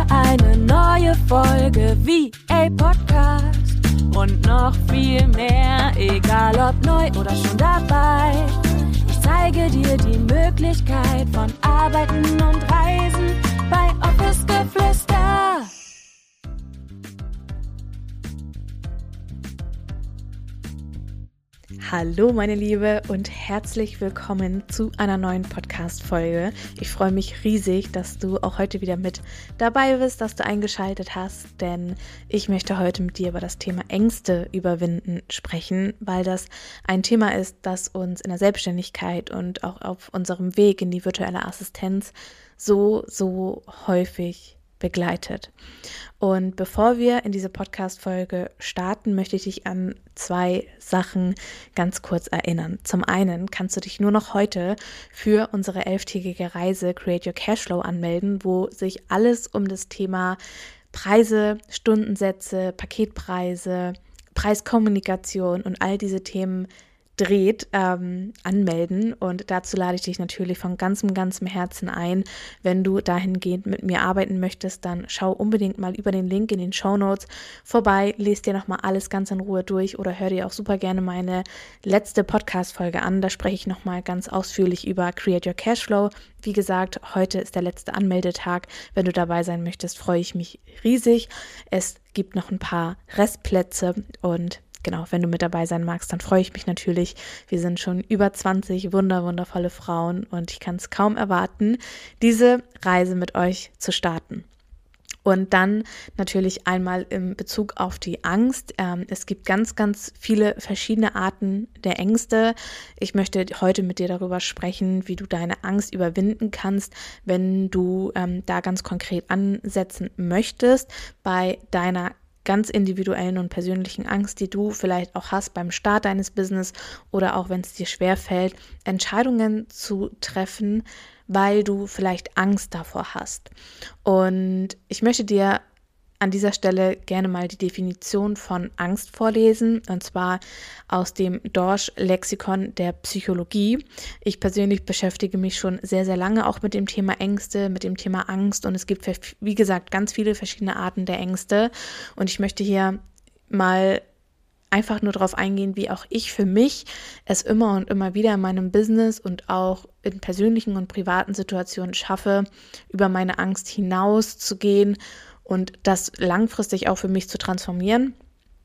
wieder eine neue Folge VA Podcast und noch viel mehr, egal ob neu oder schon dabei. Ich zeige dir die Möglichkeit von Arbeiten und Reisen bei Office Geflüster. Hallo meine Liebe und herzlich willkommen zu einer neuen Podcast-Folge. Ich freue mich riesig, dass du auch heute wieder mit dabei bist, dass du eingeschaltet hast, denn ich möchte heute mit dir über das Thema Ängste überwinden sprechen, weil das ein Thema ist, das uns in der Selbstständigkeit und auch auf unserem Weg in die virtuelle Assistenz so häufig begleitet. Und bevor wir in diese Podcast-Folge starten, möchte ich dich an zwei Sachen ganz kurz erinnern. Zum einen kannst du dich nur noch heute für unsere 11-tägige Reise Create Your Cashflow anmelden, wo sich alles um das Thema Preise, Stundensätze, Paketpreise, Preiskommunikation und all diese Themen dreht, anmelden, und dazu lade ich dich natürlich von ganzem Herzen ein. Wenn du dahingehend mit mir arbeiten möchtest, dann schau unbedingt mal über den Link in den Shownotes vorbei, lest dir nochmal alles ganz in Ruhe durch oder hör dir auch super gerne meine letzte Podcast-Folge an. Da spreche ich nochmal ganz ausführlich über Create Your Cashflow. Wie gesagt, heute ist der letzte Anmeldetag. Wenn du dabei sein möchtest, freue ich mich riesig. Es gibt noch ein paar Restplätze und genau, wenn du mit dabei sein magst, dann freue ich mich natürlich. Wir sind schon über 20 wundervolle Frauen und ich kann es kaum erwarten, diese Reise mit euch zu starten. Und dann natürlich einmal in Bezug auf die Angst. Es gibt ganz viele verschiedene Arten der Ängste. Ich möchte heute mit dir darüber sprechen, wie du deine Angst überwinden kannst, wenn du da ganz konkret ansetzen möchtest bei deiner ganz individuellen und persönlichen Angst, die du vielleicht auch hast beim Start deines Business oder auch wenn es dir schwerfällt, Entscheidungen zu treffen, weil du vielleicht Angst davor hast. Und ich möchte dir an dieser Stelle gerne mal die Definition von Angst vorlesen, und zwar aus dem Dorsch-Lexikon der Psychologie. Ich persönlich beschäftige mich schon sehr lange auch mit dem Thema Ängste, mit dem Thema Angst, und es gibt, wie gesagt, ganz viele verschiedene Arten der Ängste, und ich möchte hier mal einfach nur darauf eingehen, wie auch ich für mich es immer und immer wieder in meinem Business und auch in persönlichen und privaten Situationen schaffe, über meine Angst hinauszugehen und das langfristig auch für mich zu transformieren.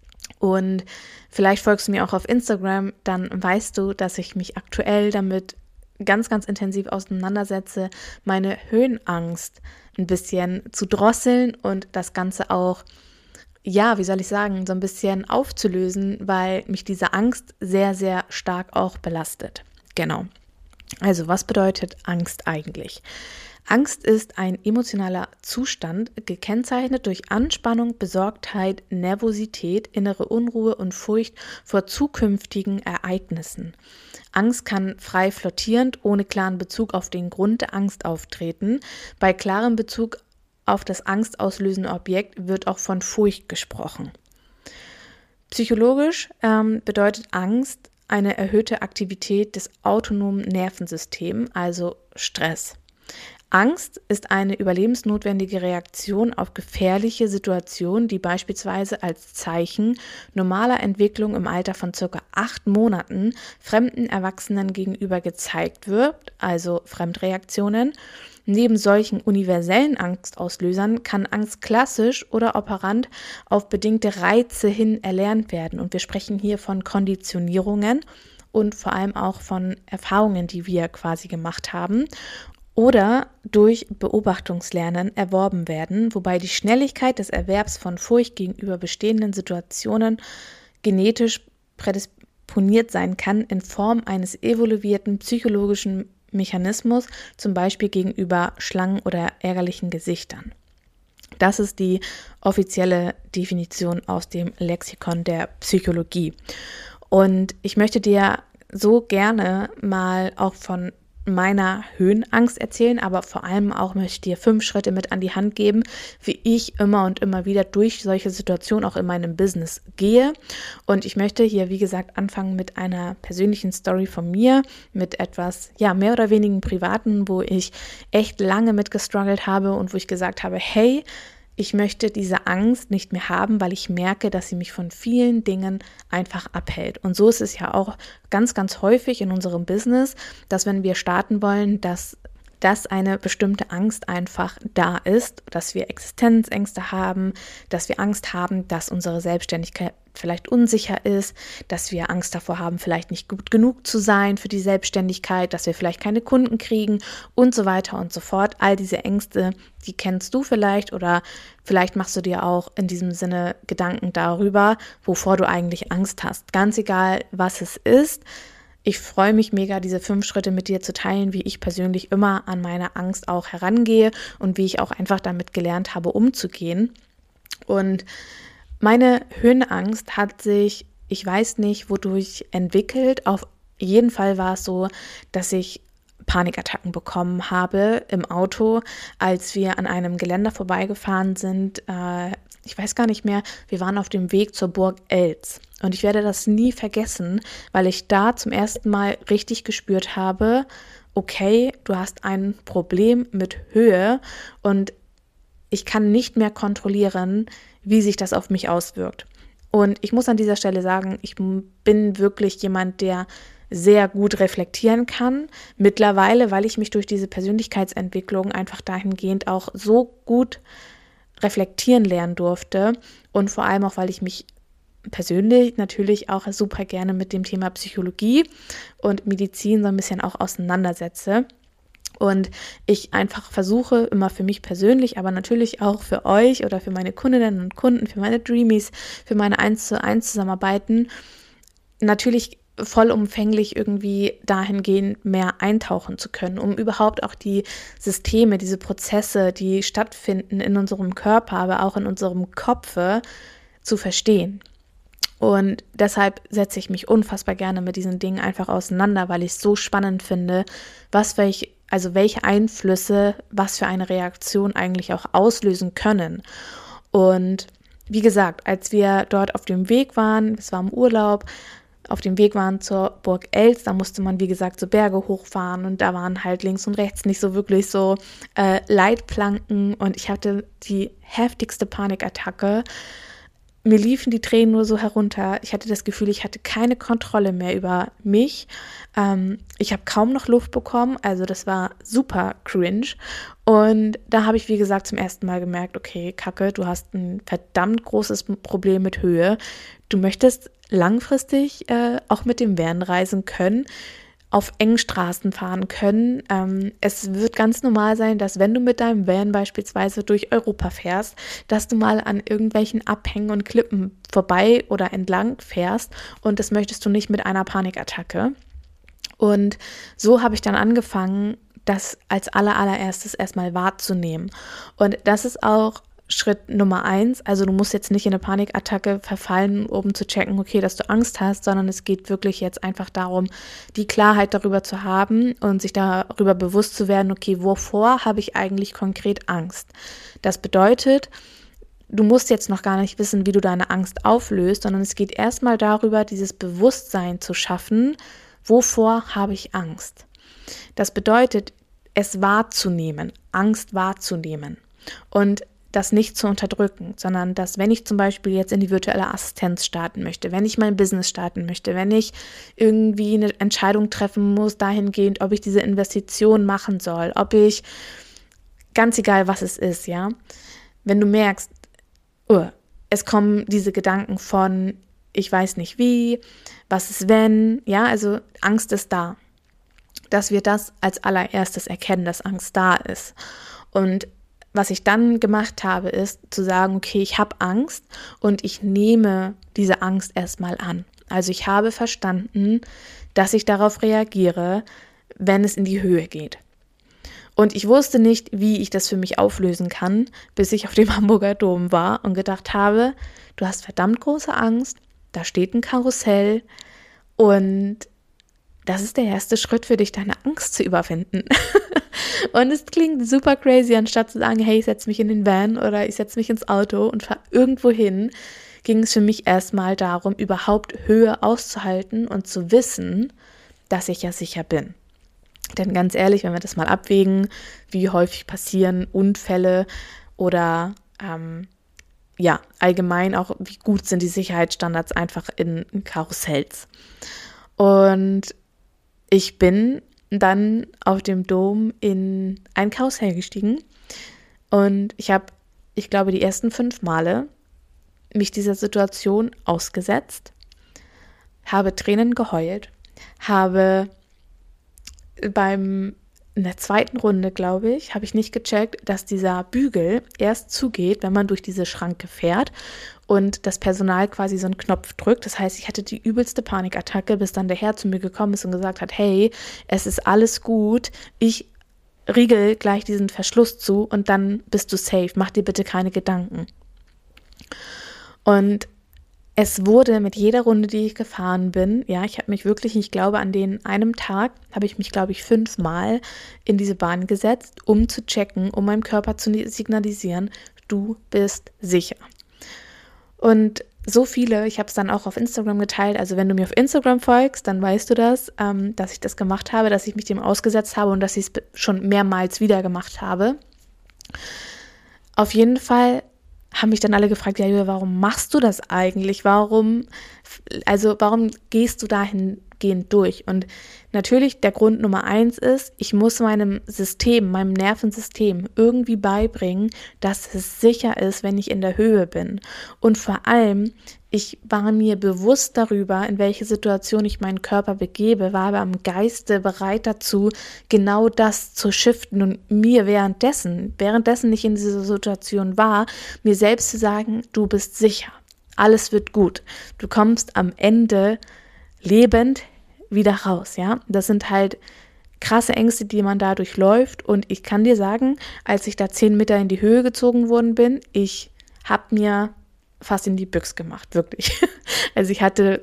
Und vielleicht folgst du mir auch auf Instagram, dann weißt du, dass ich mich aktuell damit ganz intensiv auseinandersetze, meine Höhenangst ein bisschen zu drosseln und das Ganze auch, ja, wie soll ich sagen, so ein bisschen aufzulösen, weil mich diese Angst sehr stark auch belastet. Genau. Also, was bedeutet Angst eigentlich? Angst ist ein emotionaler Zustand, gekennzeichnet durch Anspannung, Besorgtheit, Nervosität, innere Unruhe und Furcht vor zukünftigen Ereignissen. Angst kann frei flottierend, ohne klaren Bezug auf den Grund der Angst auftreten. Bei klarem Bezug auf das angstauslösende Objekt wird auch von Furcht gesprochen. Psychologisch bedeutet Angst eine erhöhte Aktivität des autonomen Nervensystems, also Stress. Angst ist eine überlebensnotwendige Reaktion auf gefährliche Situationen, die beispielsweise als Zeichen normaler Entwicklung im Alter von ca. 8 Monaten fremden Erwachsenen gegenüber gezeigt wird, also Fremdreaktionen. Neben solchen universellen Angstauslösern kann Angst klassisch oder operant auf bedingte Reize hin erlernt werden. Und wir sprechen hier von Konditionierungen und vor allem auch von Erfahrungen, die wir quasi gemacht haben oder durch Beobachtungslernen erworben werden, wobei die Schnelligkeit des Erwerbs von Furcht gegenüber bestehenden Situationen genetisch prädisponiert sein kann in Form eines evoluierten psychologischen Mechanismus, zum Beispiel gegenüber Schlangen oder ärgerlichen Gesichtern. Das ist die offizielle Definition aus dem Lexikon der Psychologie. Und ich möchte dir so gerne mal auch von meiner Höhenangst erzählen, aber vor allem auch möchte ich dir 5 Schritte mit an die Hand geben, wie ich immer und immer wieder durch solche Situationen auch in meinem Business gehe. Und ich möchte hier, wie gesagt, anfangen mit einer persönlichen Story von mir, mit etwas, mehr oder weniger Privaten, wo ich echt lange mit gestruggelt habe und wo ich gesagt habe, hey, ich möchte diese Angst nicht mehr haben, weil ich merke, dass sie mich von vielen Dingen einfach abhält. Und so ist es ja auch ganz, ganz häufig in unserem Business, dass wenn wir starten wollen, dass eine bestimmte Angst einfach da ist, dass wir Existenzängste haben, dass wir Angst haben, dass unsere Selbstständigkeit vielleicht unsicher ist, dass wir Angst davor haben, vielleicht nicht gut genug zu sein für die Selbstständigkeit, dass wir vielleicht keine Kunden kriegen und so weiter und so fort. All diese Ängste, die kennst du vielleicht oder vielleicht machst du dir auch in diesem Sinne Gedanken darüber, wovor du eigentlich Angst hast. Ganz egal, was es ist. Ich freue mich mega, diese 5 Schritte mit dir zu teilen, wie ich persönlich immer an meine Angst auch herangehe und wie ich auch einfach damit gelernt habe, umzugehen. Und meine Höhenangst hat sich, ich weiß nicht, wodurch entwickelt. Auf jeden Fall war es so, dass ich Panikattacken bekommen habe im Auto, als wir an einem Geländer vorbeigefahren sind. Ich weiß gar nicht mehr, wir waren auf dem Weg zur Burg Eltz. Und ich werde das nie vergessen, weil ich da zum ersten Mal richtig gespürt habe, okay, du hast ein Problem mit Höhe und ich kann nicht mehr kontrollieren, wie sich das auf mich auswirkt. Und ich muss an dieser Stelle sagen, ich bin wirklich jemand, der sehr gut reflektieren kann. Mittlerweile, weil ich mich durch diese Persönlichkeitsentwicklung einfach dahingehend auch so gut reflektieren lernen durfte und vor allem auch, weil ich mich persönlich natürlich auch super gerne mit dem Thema Psychologie und Medizin so ein bisschen auch auseinandersetze. Und ich einfach versuche, immer für mich persönlich, aber natürlich auch für euch oder für meine Kundinnen und Kunden, für meine Dreamies, für meine 1:1 Zusammenarbeiten, natürlich vollumfänglich irgendwie dahingehend mehr eintauchen zu können, um überhaupt auch die Systeme, diese Prozesse, die stattfinden in unserem Körper, aber auch in unserem Kopfe zu verstehen. Und deshalb setze ich mich unfassbar gerne mit diesen Dingen einfach auseinander, weil ich es so spannend finde, welche Einflüsse, was für eine Reaktion eigentlich auch auslösen können. Und wie gesagt, als wir dort auf dem Weg waren, es war im Urlaub, auf dem Weg waren zur Burg Eltz, da musste man, wie gesagt, so Berge hochfahren und da waren halt links und rechts nicht so wirklich so Leitplanken und ich hatte die heftigste Panikattacke. Mir liefen die Tränen nur so herunter. Ich hatte das Gefühl, ich hatte keine Kontrolle mehr über mich. Ich habe kaum noch Luft bekommen, also das war super cringe. Und da habe ich, wie gesagt, zum ersten Mal gemerkt, okay, Kacke, du hast ein verdammt großes Problem mit Höhe. Du möchtest langfristig auch mit dem Van reisen können, auf engen Straßen fahren können. Es wird ganz normal sein, dass wenn du mit deinem Van beispielsweise durch Europa fährst, dass du mal an irgendwelchen Abhängen und Klippen vorbei oder entlang fährst und das möchtest du nicht mit einer Panikattacke. Und so habe ich dann angefangen, das als allererstes erstmal wahrzunehmen. Und das ist auch Schritt Nummer 1, also du musst jetzt nicht in eine Panikattacke verfallen, um zu checken, okay, dass du Angst hast, sondern es geht wirklich jetzt einfach darum, die Klarheit darüber zu haben und sich darüber bewusst zu werden, okay, wovor habe ich eigentlich konkret Angst? Das bedeutet, du musst jetzt noch gar nicht wissen, wie du deine Angst auflöst, sondern es geht erstmal darüber, dieses Bewusstsein zu schaffen, wovor habe ich Angst? Das bedeutet, es wahrzunehmen, Angst wahrzunehmen und das nicht zu unterdrücken, sondern dass, wenn ich zum Beispiel jetzt in die virtuelle Assistenz starten möchte, wenn ich mein Business starten möchte, wenn ich irgendwie eine Entscheidung treffen muss dahingehend, ob ich diese Investition machen soll, ob ich, ganz egal was es ist, ja, wenn du merkst, es kommen diese Gedanken von, ich weiß nicht wie, was ist wenn, ja, also Angst ist da, dass wir das als allererstes erkennen, dass Angst da ist. Und was ich dann gemacht habe, ist zu sagen, okay, ich habe Angst und ich nehme diese Angst erstmal an. Also ich habe verstanden, dass ich darauf reagiere, wenn es in die Höhe geht. Und ich wusste nicht, wie ich das für mich auflösen kann, bis ich auf dem Hamburger Dom war und gedacht habe, du hast verdammt große Angst, da steht ein Karussell und das ist der erste Schritt für dich, deine Angst zu überwinden. Und es klingt super crazy, anstatt zu sagen, hey, ich setze mich in den Van oder ich setze mich ins Auto und fahre irgendwo hin, ging es für mich erstmal darum, überhaupt Höhe auszuhalten und zu wissen, dass ich ja sicher bin. Denn ganz ehrlich, wenn wir das mal abwägen, wie häufig passieren Unfälle oder allgemein auch, wie gut sind die Sicherheitsstandards einfach in Karussells. Und ich bin dann auf dem Dom in ein Karussell gestiegen und ich habe, ich glaube, die ersten 5 Male mich dieser Situation ausgesetzt, habe Tränen geheult, habe in der zweiten Runde, glaube ich, habe ich nicht gecheckt, dass dieser Bügel erst zugeht, wenn man durch diese Schranke fährt und das Personal quasi so einen Knopf drückt. Das heißt, ich hatte die übelste Panikattacke, bis dann der Herr zu mir gekommen ist und gesagt hat, hey, es ist alles gut, ich riegel gleich diesen Verschluss zu und dann bist du safe, mach dir bitte keine Gedanken. Und es wurde mit jeder Runde, die ich gefahren bin, ich habe mich wirklich, ich glaube, an einem Tag habe ich mich, glaube ich, 5 Mal in diese Bahn gesetzt, um zu checken, um meinem Körper zu signalisieren, du bist sicher. Und so viele, ich habe es dann auch auf Instagram geteilt, also wenn du mir auf Instagram folgst, dann weißt du das, dass ich das gemacht habe, dass ich mich dem ausgesetzt habe und dass ich es schon mehrmals wieder gemacht habe. Auf jeden Fall haben mich dann alle gefragt, ja, Julia, warum machst du das eigentlich? Warum gehst du dahingehend durch? Und natürlich der Grund Nummer 1 ist, ich muss meinem Nervensystem irgendwie beibringen, dass es sicher ist, wenn ich in der Höhe bin. Und vor allem, ich war mir bewusst darüber, in welche Situation ich meinen Körper begebe, war aber am Geiste bereit dazu, genau das zu shiften und mir währenddessen ich in dieser Situation war, mir selbst zu sagen, du bist sicher, alles wird gut, du kommst am Ende lebend wieder raus, ja. Das sind halt krasse Ängste, die man da durchläuft und ich kann dir sagen, als ich da 10 Meter in die Höhe gezogen worden bin, ich habe mir fast in die Büchse gemacht, wirklich. Also ich hatte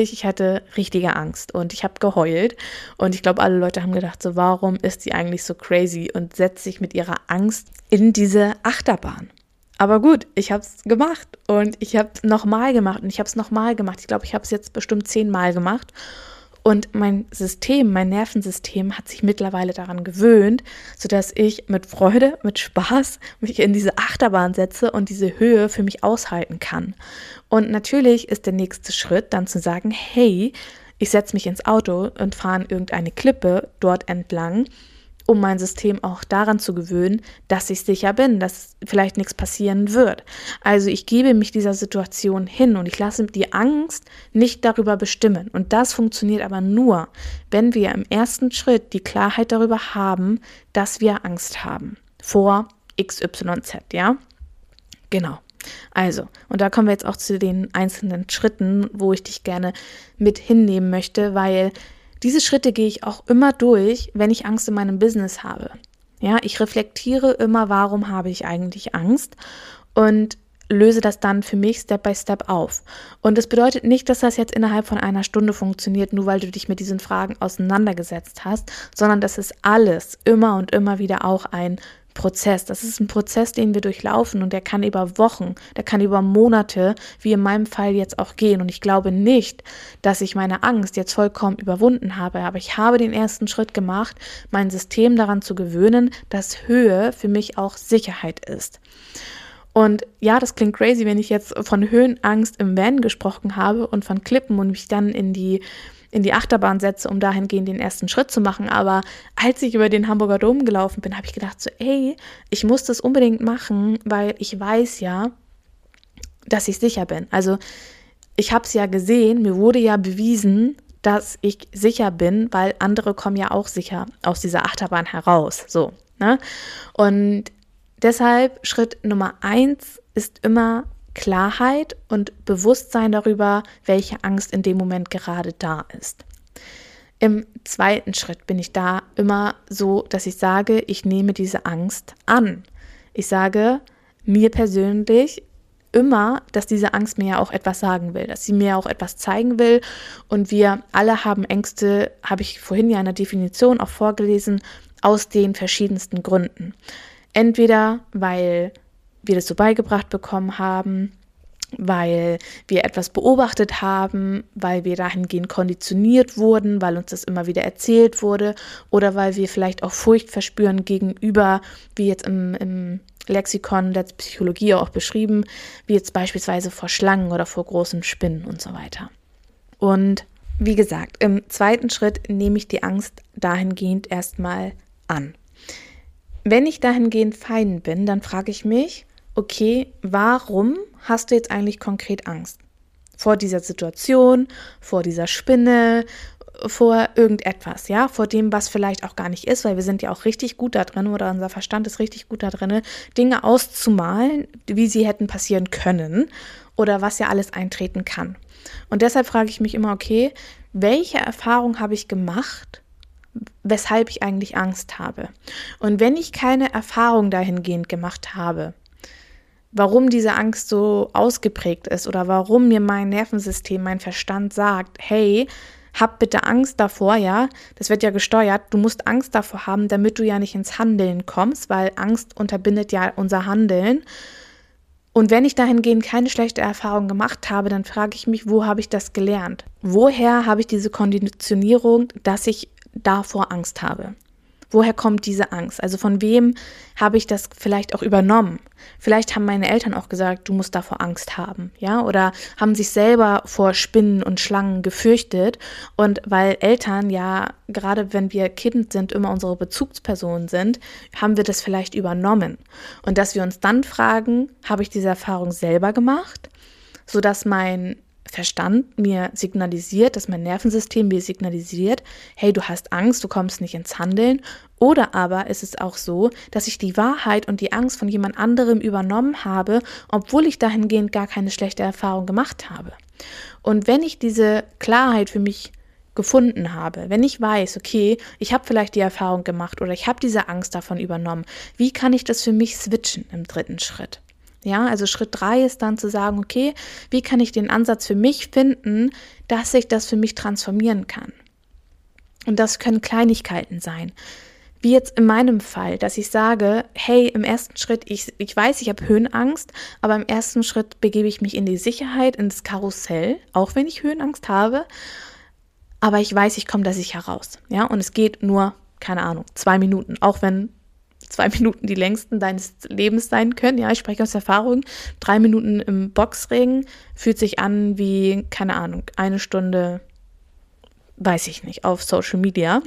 richtige Angst und ich habe geheult und ich glaube, alle Leute haben gedacht, so warum ist sie eigentlich so crazy und setzt sich mit ihrer Angst in diese Achterbahn. Aber gut, ich habe es gemacht und ich habe es nochmal gemacht und ich habe es nochmal gemacht. Ich glaube, ich habe es jetzt bestimmt 10 Mal gemacht. Und mein Nervensystem hat sich mittlerweile daran gewöhnt, sodass ich mit Freude, mit Spaß mich in diese Achterbahn setze und diese Höhe für mich aushalten kann. Und natürlich ist der nächste Schritt dann zu sagen, hey, ich setze mich ins Auto und fahre an irgendeine Klippe dort entlang, um mein System auch daran zu gewöhnen, dass ich sicher bin, dass vielleicht nichts passieren wird. Also ich gebe mich dieser Situation hin und ich lasse die Angst nicht darüber bestimmen. Und das funktioniert aber nur, wenn wir im ersten Schritt die Klarheit darüber haben, dass wir Angst haben vor XYZ, ja? Genau. Also, und da kommen wir jetzt auch zu den einzelnen Schritten, wo ich dich gerne mit hinnehmen möchte, weil diese Schritte gehe ich auch immer durch, wenn ich Angst in meinem Business habe. Ja, ich reflektiere immer, warum habe ich eigentlich Angst und löse das dann für mich Step by Step auf. Und das bedeutet nicht, dass das jetzt innerhalb von 1 Stunde funktioniert, nur weil du dich mit diesen Fragen auseinandergesetzt hast, sondern das ist alles immer und immer wieder auch ein Prozess. Das ist ein Prozess, den wir durchlaufen und der kann über Wochen, der kann über Monate, wie in meinem Fall jetzt auch gehen. Und ich glaube nicht, dass ich meine Angst jetzt vollkommen überwunden habe, aber ich habe den ersten Schritt gemacht, mein System daran zu gewöhnen, dass Höhe für mich auch Sicherheit ist. Und ja, das klingt crazy, wenn ich jetzt von Höhenangst im Van gesprochen habe und von Klippen und mich dann in die Achterbahn setze, um dahingehend den ersten Schritt zu machen. Aber als ich über den Hamburger Dom gelaufen bin, habe ich gedacht so, ey, ich muss das unbedingt machen, weil ich weiß ja, dass ich sicher bin. Also ich habe es ja gesehen, mir wurde ja bewiesen, dass ich sicher bin, weil andere kommen ja auch sicher aus dieser Achterbahn heraus. So, ne? Und deshalb Schritt Nummer 1 ist immer Klarheit und Bewusstsein darüber, welche Angst in dem Moment gerade da ist. Im zweiten Schritt bin ich da immer so, dass ich sage, ich nehme diese Angst an. Ich sage mir persönlich, immer, dass diese Angst mir ja auch etwas sagen will, dass sie mir auch etwas zeigen will. Und wir alle haben Ängste, habe ich vorhin ja in der Definition auch vorgelesen, aus den verschiedensten Gründen. Entweder, weil wir das so beigebracht bekommen haben, weil wir etwas beobachtet haben, weil wir dahingehend konditioniert wurden, weil uns das immer wieder erzählt wurde oder weil wir vielleicht auch Furcht verspüren gegenüber, wie jetzt im Lexikon der Psychologie auch beschrieben, wie jetzt beispielsweise vor Schlangen oder vor großen Spinnen und so weiter. Und wie gesagt, im zweiten Schritt nehme ich die Angst dahingehend erstmal an. Wenn ich dahingehend fein bin, dann frage ich mich, okay, warum hast du jetzt eigentlich konkret Angst? Vor dieser Situation, vor dieser Spinne, vor irgendetwas, ja, vor dem, was vielleicht auch gar nicht ist, weil wir sind ja auch richtig gut da drin oder unser Verstand ist richtig gut da drin, Dinge auszumalen, wie sie hätten passieren können oder was ja alles eintreten kann. Und deshalb frage ich mich immer, okay, welche Erfahrung habe ich gemacht, weshalb ich eigentlich Angst habe? Und wenn ich keine Erfahrung dahingehend gemacht habe, warum diese Angst so ausgeprägt ist oder warum mir mein Nervensystem, mein Verstand sagt, hey, hab bitte Angst davor, ja, das wird ja gesteuert, du musst Angst davor haben, damit du ja nicht ins Handeln kommst, weil Angst unterbindet ja unser Handeln. Und wenn ich dahingehend keine schlechte Erfahrung gemacht habe, dann frage ich mich, wo habe ich das gelernt? Woher habe ich diese Konditionierung, dass ich davor Angst habe? Woher kommt diese Angst? Also von wem habe ich das vielleicht auch übernommen? Vielleicht haben meine Eltern auch gesagt, du musst davor Angst haben, ja? Oder haben sich selber vor Spinnen und Schlangen gefürchtet. Und weil Eltern ja, gerade wenn wir Kind sind, immer unsere Bezugspersonen sind, haben wir das vielleicht übernommen. Und dass wir uns dann fragen, habe ich diese Erfahrung selber gemacht, sodass mein Verstand mir signalisiert, dass mein Nervensystem mir signalisiert, hey, du hast Angst, du kommst nicht ins Handeln. Oder aber ist es auch so, dass ich die Wahrheit und die Angst von jemand anderem übernommen habe, obwohl ich dahingehend gar keine schlechte Erfahrung gemacht habe. Und wenn ich diese Klarheit für mich gefunden habe, wenn ich weiß, okay, ich habe vielleicht die Erfahrung gemacht oder ich habe diese Angst davon übernommen, wie kann ich das für mich switchen im dritten Schritt? Ja, also Schritt 3 ist dann zu sagen, okay, wie kann ich den Ansatz für mich finden, dass ich das für mich transformieren kann? Und das können Kleinigkeiten sein. Wie jetzt in meinem Fall, dass ich sage, hey, im ersten Schritt, ich weiß, ich habe Höhenangst, aber im ersten Schritt begebe ich mich in die Sicherheit, ins Karussell, auch wenn ich Höhenangst habe, aber ich weiß, ich komme da sicher raus. Ja, und es geht nur, keine Ahnung, 2 Minuten, auch wenn 2 Minuten die längsten deines Lebens sein können. Ja, ich spreche aus Erfahrung. 3 Minuten im Boxring fühlt sich an wie, keine Ahnung, 1 Stunde, weiß ich nicht, auf Social Media.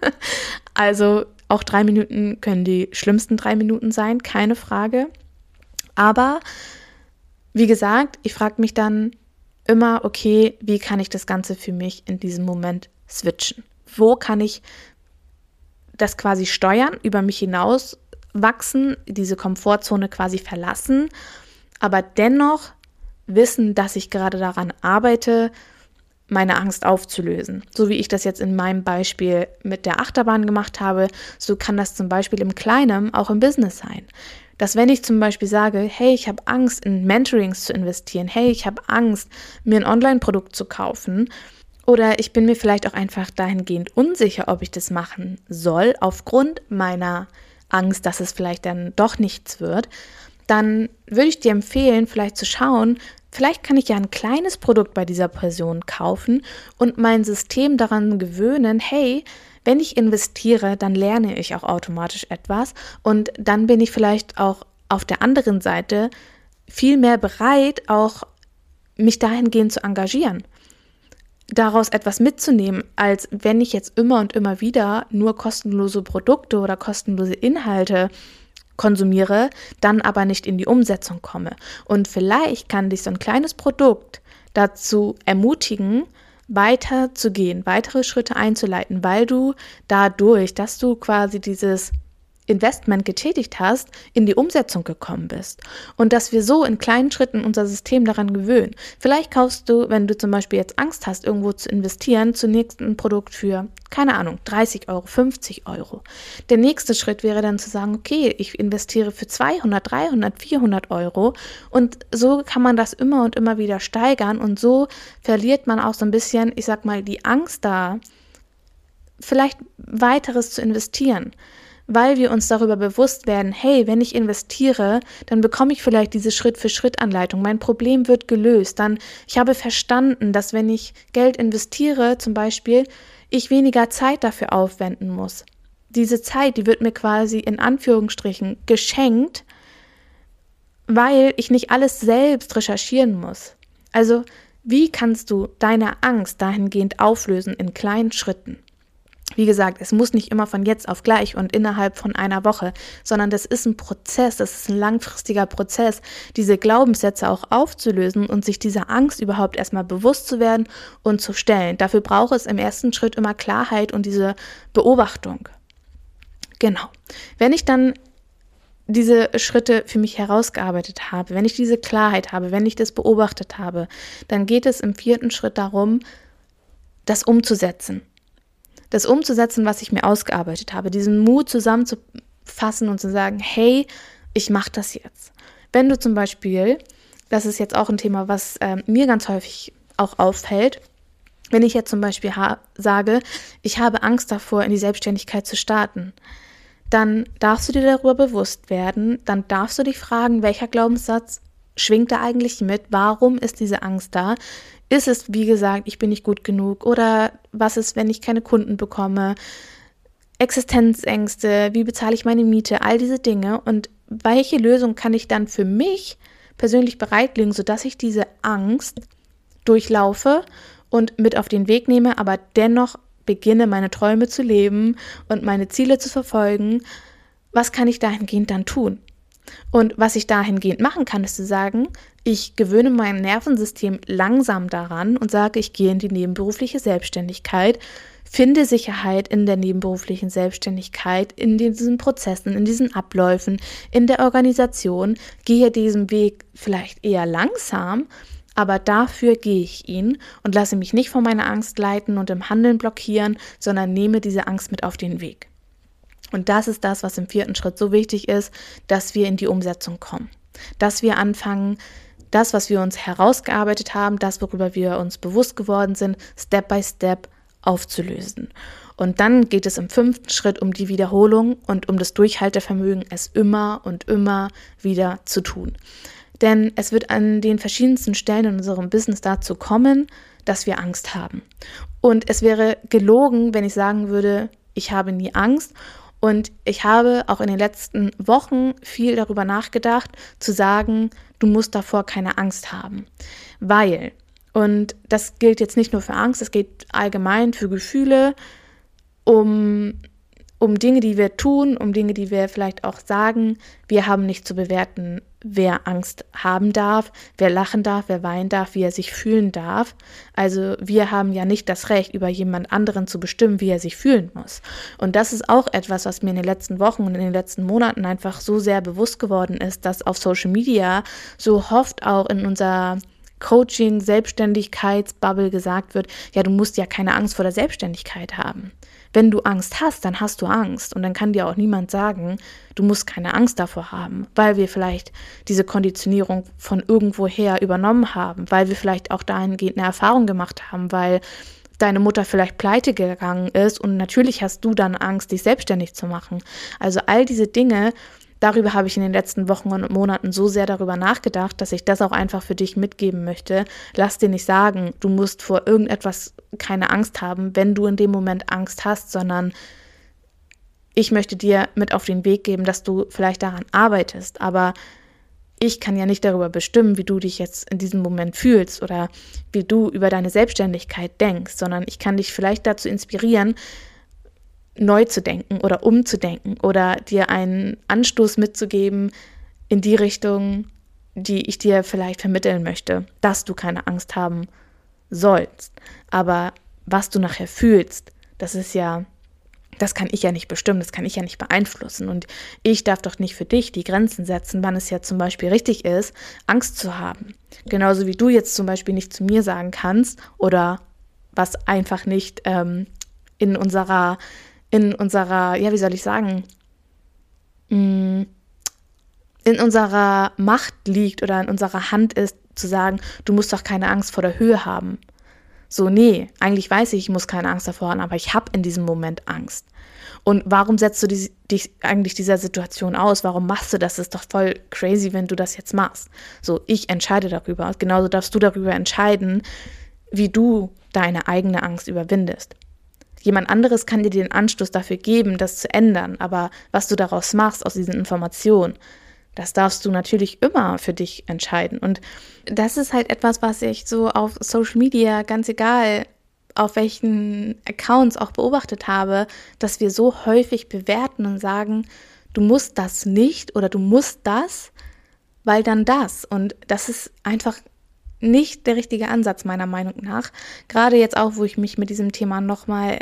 Also auch 3 Minuten können die schlimmsten 3 Minuten sein, keine Frage. Aber wie gesagt, ich frage mich dann immer, okay, wie kann ich das Ganze für mich in diesem Moment switchen? Wo kann ich das quasi steuern, über mich hinaus wachsen, diese Komfortzone quasi verlassen, aber dennoch wissen, dass ich gerade daran arbeite, meine Angst aufzulösen. So wie ich das jetzt in meinem Beispiel mit der Achterbahn gemacht habe, so kann das zum Beispiel im Kleinen auch im Business sein. Dass wenn ich zum Beispiel sage, hey, ich habe Angst, in Mentorings zu investieren, hey, ich habe Angst, mir ein Online-Produkt zu kaufen, oder ich bin mir vielleicht auch einfach dahingehend unsicher, ob ich das machen soll, aufgrund meiner Angst, dass es vielleicht dann doch nichts wird, dann würde ich dir empfehlen, vielleicht zu schauen, vielleicht kann ich ja ein kleines Produkt bei dieser Person kaufen und mein System daran gewöhnen, hey, wenn ich investiere, dann lerne ich auch automatisch etwas und dann bin ich vielleicht auch auf der anderen Seite viel mehr bereit, auch mich dahingehend zu engagieren, daraus etwas mitzunehmen, als wenn ich jetzt immer und immer wieder nur kostenlose Produkte oder kostenlose Inhalte konsumiere, dann aber nicht in die Umsetzung komme. Und vielleicht kann dich so ein kleines Produkt dazu ermutigen, weiterzugehen, weitere Schritte einzuleiten, weil du dadurch, dass du quasi dieses Investment getätigt hast, in die Umsetzung gekommen bist. Und dass wir so in kleinen Schritten unser System daran gewöhnen. Vielleicht kaufst du, wenn du zum Beispiel jetzt Angst hast, irgendwo zu investieren, zunächst ein Produkt für, keine Ahnung, 30 Euro, 50 Euro. Der nächste Schritt wäre dann zu sagen, okay, ich investiere für 200, 300, 400 Euro. Und so kann man das immer und immer wieder steigern. Und so verliert man auch so ein bisschen, ich sag mal, die Angst da, vielleicht weiteres zu investieren, weil wir uns darüber bewusst werden, hey, wenn ich investiere, dann bekomme ich vielleicht diese Schritt-für-Schritt-Anleitung. Mein Problem wird gelöst. Ich habe verstanden, dass wenn ich Geld investiere, zum Beispiel, ich weniger Zeit dafür aufwenden muss. Diese Zeit, die wird mir quasi in Anführungsstrichen geschenkt, weil ich nicht alles selbst recherchieren muss. Also, wie kannst du deine Angst dahingehend auflösen in kleinen Schritten? Wie gesagt, es muss nicht immer von jetzt auf gleich und innerhalb von einer Woche, sondern das ist ein Prozess, das ist ein langfristiger Prozess, diese Glaubenssätze auch aufzulösen und sich dieser Angst überhaupt erstmal bewusst zu werden und zu stellen. Dafür braucht es im ersten Schritt immer Klarheit und diese Beobachtung. Genau. Wenn ich dann diese Schritte für mich herausgearbeitet habe, wenn ich diese Klarheit habe, wenn ich das beobachtet habe, dann geht es im 4. Schritt darum, das umzusetzen. Das umzusetzen, was ich mir ausgearbeitet habe, diesen Mut zusammenzufassen und zu sagen, hey, ich mache das jetzt. Wenn du zum Beispiel, das ist jetzt auch ein Thema, was mir ganz häufig auch auffällt, wenn ich jetzt zum Beispiel sage, ich habe Angst davor, in die Selbstständigkeit zu starten, dann darfst du dir darüber bewusst werden, dann darfst du dich fragen, welcher Glaubenssatz schwingt da eigentlich mit, warum ist diese Angst da? Ist es, wie gesagt, ich bin nicht gut genug oder was ist, wenn ich keine Kunden bekomme? Existenzängste, wie bezahle ich meine Miete, all diese Dinge und welche Lösung kann ich dann für mich persönlich bereitlegen, sodass ich diese Angst durchlaufe und mit auf den Weg nehme, aber dennoch beginne, meine Träume zu leben und meine Ziele zu verfolgen. Was kann ich dahingehend dann tun? Und was ich dahingehend machen kann, ist zu sagen, ich gewöhne mein Nervensystem langsam daran und sage, ich gehe in die nebenberufliche Selbstständigkeit, finde Sicherheit in der nebenberuflichen Selbstständigkeit, in diesen Prozessen, in diesen Abläufen, in der Organisation, gehe diesen Weg vielleicht eher langsam, aber dafür gehe ich ihn und lasse mich nicht von meiner Angst leiten und im Handeln blockieren, sondern nehme diese Angst mit auf den Weg. Und das ist das, was im 4. Schritt so wichtig ist, dass wir in die Umsetzung kommen. Dass wir anfangen, das, was wir uns herausgearbeitet haben, das, worüber wir uns bewusst geworden sind, Step by Step aufzulösen. Und dann geht es im 5. Schritt um die Wiederholung und um das Durchhaltevermögen, es immer und immer wieder zu tun. Denn es wird an den verschiedensten Stellen in unserem Business dazu kommen, dass wir Angst haben. Und es wäre gelogen, wenn ich sagen würde, ich habe nie Angst. Und ich habe auch in den letzten Wochen viel darüber nachgedacht, zu sagen, du musst davor keine Angst haben. Weil, und das gilt jetzt nicht nur für Angst, es geht allgemein für Gefühle, um Dinge, die wir tun, um Dinge, die wir vielleicht auch sagen. Wir haben nicht zu bewerten, wer Angst haben darf, wer lachen darf, wer weinen darf, wie er sich fühlen darf. Also wir haben ja nicht das Recht, über jemand anderen zu bestimmen, wie er sich fühlen muss. Und das ist auch etwas, was mir in den letzten Wochen und in den letzten Monaten einfach so sehr bewusst geworden ist, dass auf Social Media so oft auch in unserer Coaching, Selbstständigkeitsbubble gesagt wird, ja, du musst ja keine Angst vor der Selbstständigkeit haben. Wenn du Angst hast, dann hast du Angst und dann kann dir auch niemand sagen, du musst keine Angst davor haben, weil wir vielleicht diese Konditionierung von irgendwoher übernommen haben, weil wir vielleicht auch dahingehend eine Erfahrung gemacht haben, weil deine Mutter vielleicht pleite gegangen ist und natürlich hast du dann Angst, dich selbstständig zu machen. Also all diese Dinge, darüber habe ich in den letzten Wochen und Monaten so sehr darüber nachgedacht, dass ich das auch einfach für dich mitgeben möchte. Lass dir nicht sagen, du musst vor irgendetwas keine Angst haben, wenn du in dem Moment Angst hast, sondern ich möchte dir mit auf den Weg geben, dass du vielleicht daran arbeitest. Aber ich kann ja nicht darüber bestimmen, wie du dich jetzt in diesem Moment fühlst oder wie du über deine Selbstständigkeit denkst, sondern ich kann dich vielleicht dazu inspirieren, neu zu denken oder umzudenken oder dir einen Anstoß mitzugeben in die Richtung, die ich dir vielleicht vermitteln möchte, dass du keine Angst haben sollst. Aber was du nachher fühlst, das ist ja das kann ich ja nicht bestimmen, das kann ich ja nicht beeinflussen. Und ich darf doch nicht für dich die Grenzen setzen, wann es ja zum Beispiel richtig ist, Angst zu haben. Genauso wie du jetzt zum Beispiel nicht zu mir sagen kannst oder was einfach nicht in unserer, ja, wie soll ich sagen, in unserer Macht liegt oder in unserer Hand ist, zu sagen, du musst doch keine Angst vor der Höhe haben. So, nee, eigentlich weiß ich muss keine Angst davor haben, aber ich habe in diesem Moment Angst. Und warum setzt du dich eigentlich dieser Situation aus? Warum machst du das? Das ist doch voll crazy, wenn du das jetzt machst. So, ich entscheide darüber. Genauso darfst du darüber entscheiden, wie du deine eigene Angst überwindest. Jemand anderes kann dir den Anstoß dafür geben, das zu ändern, aber was du daraus machst, aus diesen Informationen, das darfst du natürlich immer für dich entscheiden. Und das ist halt etwas, was ich so auf Social Media, ganz egal auf welchen Accounts auch beobachtet habe, dass wir so häufig bewerten und sagen, du musst das nicht oder du musst das, weil dann das. Und das ist einfach nicht der richtige Ansatz meiner Meinung nach. Gerade jetzt auch, wo ich mich mit diesem Thema nochmal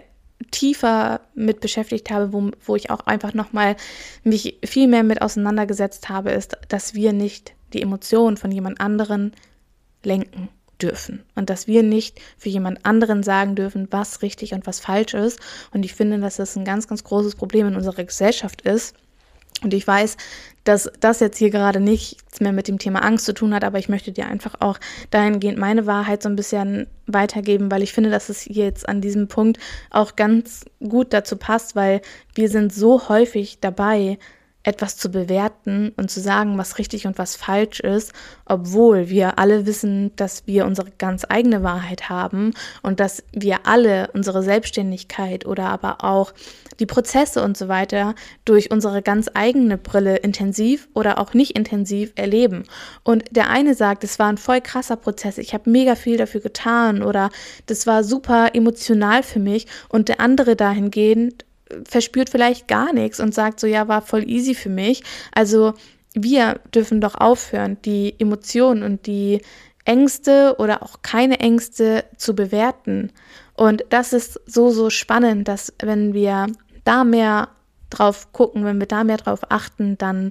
tiefer mit beschäftigt habe, wo ich auch einfach nochmal mich viel mehr mit auseinandergesetzt habe, ist, dass wir nicht die Emotionen von jemand anderen lenken dürfen und dass wir nicht für jemand anderen sagen dürfen, was richtig und was falsch ist. Und ich finde, dass das ein ganz, ganz großes Problem in unserer Gesellschaft ist. Und ich weiß, dass das jetzt hier gerade nichts mehr mit dem Thema Angst zu tun hat, aber ich möchte dir einfach auch dahingehend meine Wahrheit so ein bisschen weitergeben, weil ich finde, dass es hier jetzt an diesem Punkt auch ganz gut dazu passt, weil wir sind so häufig dabei, etwas zu bewerten und zu sagen, was richtig und was falsch ist, obwohl wir alle wissen, dass wir unsere ganz eigene Wahrheit haben und dass wir alle unsere Selbstständigkeit oder aber auch die Prozesse und so weiter durch unsere ganz eigene Brille intensiv oder auch nicht intensiv erleben. Und der eine sagt, es war ein voll krasser Prozess, ich habe mega viel dafür getan oder das war super emotional für mich, und der andere dahingehend verspürt vielleicht gar nichts und sagt so, ja, war voll easy für mich. Also wir dürfen doch aufhören, die Emotionen und die Ängste oder auch keine Ängste zu bewerten. Und das ist so, so spannend, dass wenn wir da mehr drauf gucken, wenn wir da mehr drauf achten, dann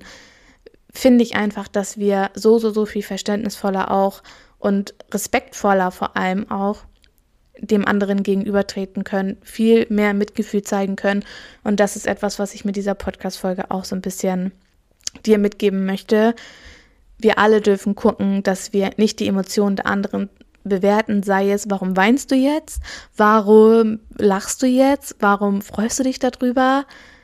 finde ich einfach, dass wir so viel verständnisvoller auch und respektvoller vor allem auch dem anderen gegenübertreten können, viel mehr Mitgefühl zeigen können. Und das ist etwas, was ich mit dieser Podcast-Folge auch so ein bisschen dir mitgeben möchte. Wir alle dürfen gucken, dass wir nicht die Emotionen der anderen bewerten, sei es, warum weinst du jetzt? Warum lachst du jetzt? Warum freust du dich darüber?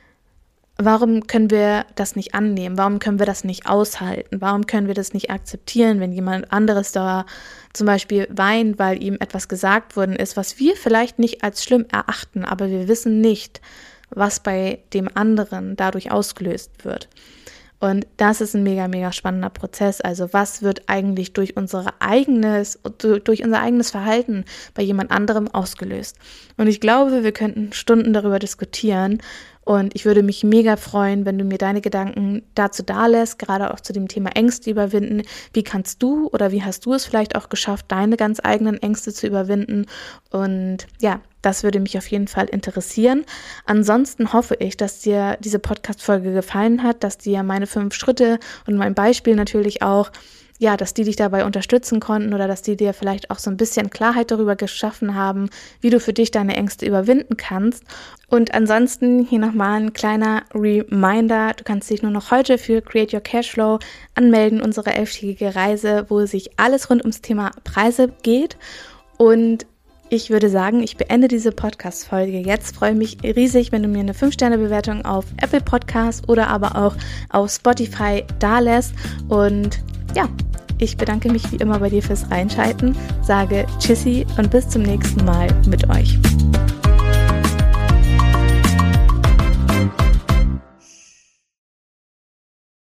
Warum können wir das nicht annehmen? Warum können wir das nicht aushalten? Warum können wir das nicht akzeptieren, wenn jemand anderes da zum Beispiel weint, weil ihm etwas gesagt worden ist, was wir vielleicht nicht als schlimm erachten, aber wir wissen nicht, was bei dem anderen dadurch ausgelöst wird. Und das ist ein mega, mega spannender Prozess. Also was wird eigentlich durch unser eigenes Verhalten bei jemand anderem ausgelöst? Und ich glaube, wir könnten Stunden darüber diskutieren. Und ich würde mich mega freuen, wenn du mir deine Gedanken dazu dalässt, gerade auch zu dem Thema Ängste überwinden. Wie kannst du oder wie hast du es vielleicht auch geschafft, deine ganz eigenen Ängste zu überwinden? Und ja, das würde mich auf jeden Fall interessieren. Ansonsten hoffe ich, dass dir diese Podcast-Folge gefallen hat, dass dir meine 5 Schritte und mein Beispiel natürlich auch, ja, dass die dich dabei unterstützen konnten oder dass die dir vielleicht auch so ein bisschen Klarheit darüber geschaffen haben, wie du für dich deine Ängste überwinden kannst. Und ansonsten hier nochmal ein kleiner Reminder, du kannst dich nur noch heute für Create Your Cashflow anmelden, unsere 11-tägige Reise, wo sich alles rund ums Thema Preise geht. Und ich würde sagen, ich beende diese Podcast-Folge jetzt. Freue mich riesig, wenn du mir eine 5-Sterne-Bewertung auf Apple Podcast oder aber auch auf Spotify dalässt. Und ja, ich bedanke mich wie immer bei dir fürs Reinschalten, sage Tschüssi und bis zum nächsten Mal mit euch.